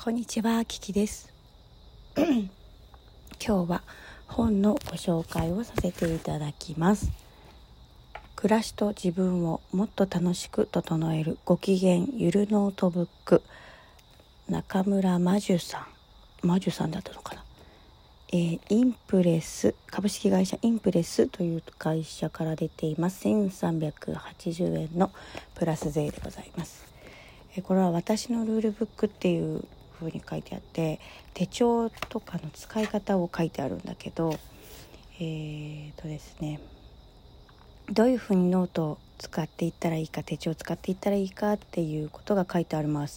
こんにちは、キキです今日は本のご紹介をさせていただきます。暮らしと自分をもっと楽しく整えるご機嫌ゆるノートブック、中村真珠さんだったのかな、インプレス株式会社インプレスという会社から出ています。1380円のプラス税でございます。これは私のルールブックっていう風に書いてあって、手帳とかの使い方を書いてあるんだけど、ですね、どういう風にノートを使っていったらいいか、手帳を使っていったらいいかっていうことが書いてあります。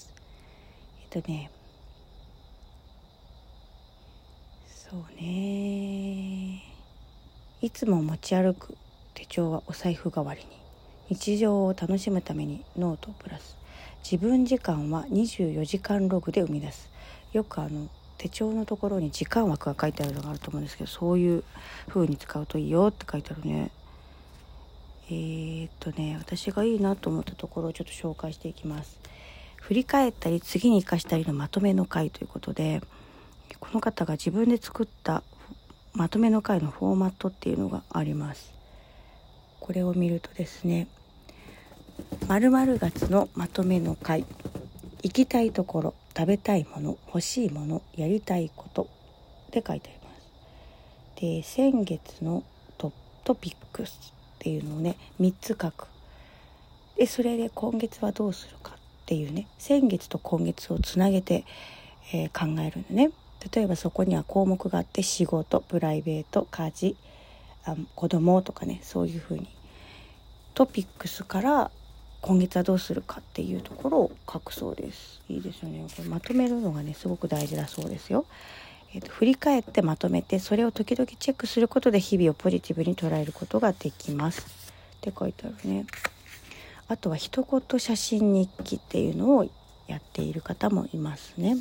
そうね、いつも持ち歩く手帳はお財布代わりに、日常を楽しむためにノートをプラス、自分時間は24時間ログで生み出す。よく手帳のところに時間枠が書いてあるのがあると思うんですけど、そういう風に使うといいよって書いてあるね。私がいいなと思ったところをちょっと紹介していきます。振り返ったり次に生かしたりのまとめの回ということで、この方が自分で作ったまとめの回のフォーマットっていうのがあります。これを見るとですね、〇〇月のまとめの回、行きたいところ、食べたいもの、欲しいもの、やりたいことって書いてあります。で、先月のトピックスっていうのをね3つ書く。でそれで今月はどうするかっていうね、先月と今月をつなげて、考えるのね。例えばそこには項目があって、仕事、プライベート、家事、子供とかね、そういうふうにトピックスから今月はどうするかっていうところを書くそうです。いいですよね。これまとめるのがねすごく大事だそうですよ。振り返ってまとめて、それを時々チェックすることで日々をポジティブに捉えることができますって書いてあるね。あとは一言写真日記っていうのをやっている方もいますね。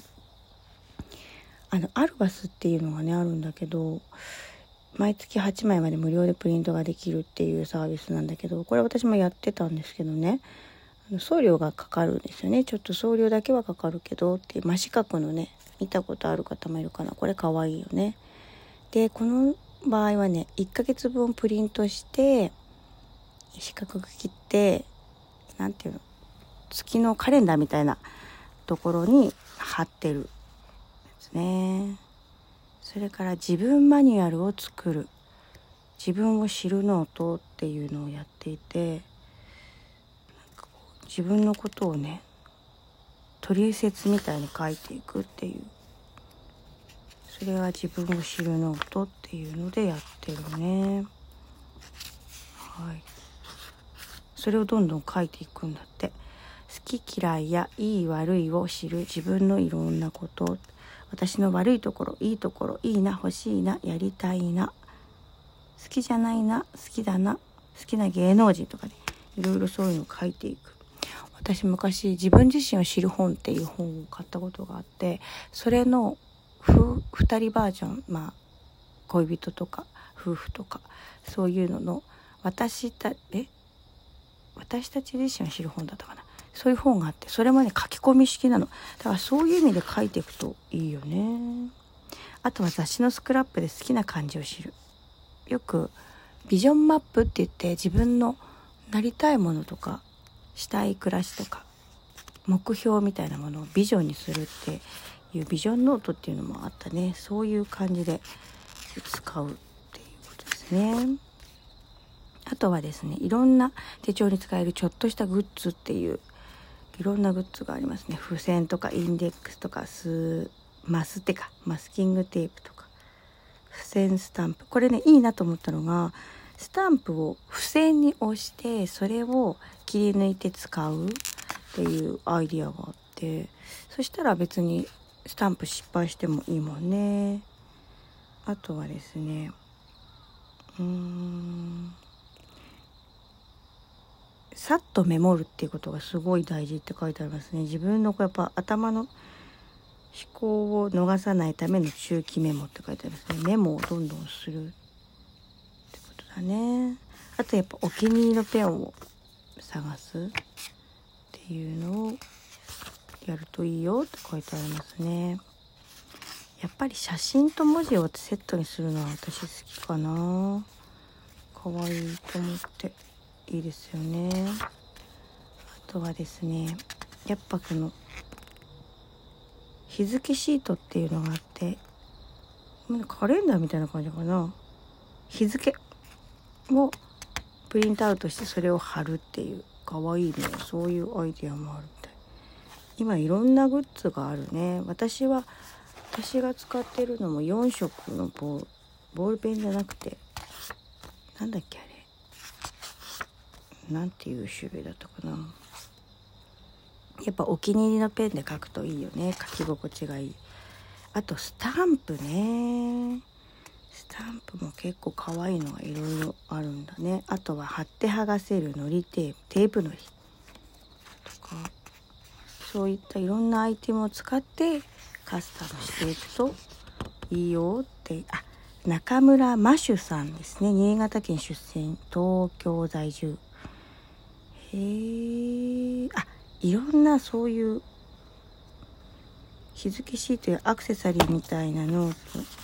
アルバスっていうのがねあるんだけど、毎月8枚まで無料でプリントができるっていうサービスなんだけど、これ私もやってたんですけどね、送料がかかるんですよね。ちょっと送料だけはかかるけどっていう、真四角のね、見たことある方もいるかな。これかわいいよね。でこの場合はね、1ヶ月分プリントして四角く切って、なんていうの、月のカレンダーみたいなところに貼ってるですね。それから自分マニュアルを作る、自分を知るノートっていうのをやっていて、自分のことをね取説みたいに書いていくっていう、それは自分を知るノートっていうのでやってるね。はい、それをどんどん書いていくんだって。好き嫌いやいい悪いを知る自分のいろんなこと、私の悪いところ、いいところ、いいな、欲しいな、やりたいな、好きじゃないな、好きだな、好きな芸能人とかね、いろいろそういうのを書いていく。私昔自分自身を知る本っていう本を買ったことがあって、それの2人バージョン、恋人とか夫婦とかそういうのの私たち自身を知る本だったかな、そういう本があって、それもね書き込み式なの。だからそういう意味で書いていくといいよね。あとは雑誌のスクラップで好きな漢字を知る。よくビジョンマップって言って、自分のなりたいものとかしたい暮らしとか目標みたいなものをビジョンにするっていうビジョンノートっていうのもあったね。そういう感じで使うっていうことですね。あとはですね、いろんな手帳に使えるちょっとしたグッズっていう、いろんなグッズがありますね。付箋とかインデックスとかマスキングテープとか付箋スタンプ。これねいいなと思ったのが、スタンプを付箋に押してそれを切り抜いて使うっていうアイディアがあって、そしたら別にスタンプ失敗してもいいもんね。あとはですね、さっとメモるっていうことがすごい大事って書いてありますね。自分のやっぱ頭の思考を逃さないための中期メモって書いてありますね。メモをどんどんするってことだね。あとやっぱお気に入りのペンを探すっていうのをやるといいよって書いてありますね。やっぱり写真と文字をセットにするのは私好きかな。可愛いと思っていいですよね。あとはですね、やっぱこの日付シートっていうのがあって、カレンダーみたいな感じかな。日付をプリントアウトしてそれを貼るっていう、かわいいね。そういうアイデアもあるみたい。今いろんなグッズがあるね。私が使ってるのも4色のボールペンじゃなくて、なんだっけあれ、なんていう種類だったかな。やっぱお気に入りのペンで書くといいよね。書き心地がいい。あとスタンプね。スタンプも結構可愛いのがいろいろあるんだね。あとは貼って剥がせるのりテープ、テープのりとか、そういったいろんなアイテムを使ってカスタムしていくといいよって。中村マシュさんですね。新潟県出身、東京在住。いろんなそういう日付シートやアクセサリーみたいなのを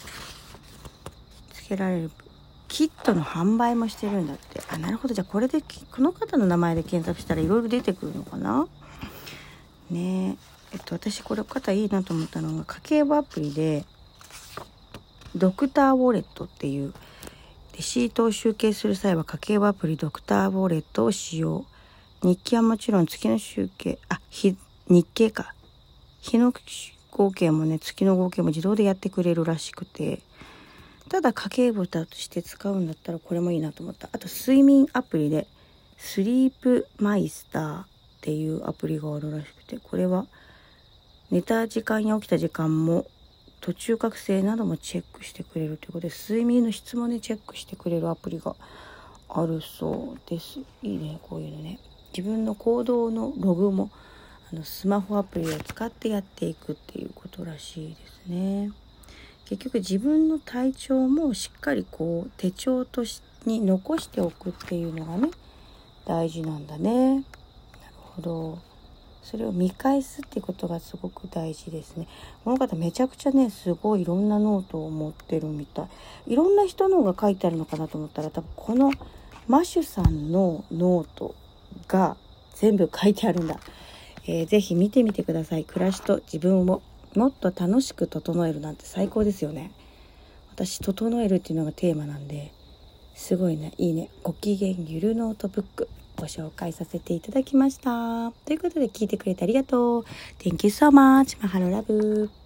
つけられるキットの販売もしてるんだって。なるほど。じゃあこれでこの方の名前で検索したらいろいろ出てくるのかなね。私これ方いいなと思ったのが、家計簿アプリでドクターウォレットっていうレシートを集計する際は家計簿アプリドクターウォレットを使用。日記はもちろん月の集計、日経か。日の合計もね、月の合計も自動でやってくれるらしくて、ただ家計簿として使うんだったらこれもいいなと思った。あと睡眠アプリでスリープマイスターっていうアプリがあるらしくて、これは寝た時間や起きた時間も途中覚醒などもチェックしてくれるということで、睡眠の質もねチェックしてくれるアプリがあるそうです。いいね、こういうのね。自分の行動のログもスマホアプリを使ってやっていくっていうことらしいですね。結局自分の体調もしっかりこう手帳に残しておくっていうのがね大事なんだね。なるほど。それを見返すってことがすごく大事ですね。この方めちゃくちゃねすごいいろんなノートを持ってるみたい。いろんな人のが書いてあるのかなと思ったら、多分このマシュさんのノートが全部書いてあるんだ。ぜひ見てみてください。暮らしと自分をもっと楽しく整えるなんて最高ですよね。私整えるっていうのがテーマなんで、すごいね、いいね。ご機嫌ゆるノートブックご紹介させていただきました。ということで聞いてくれてありがとう。Thank you so much. マハロラブ。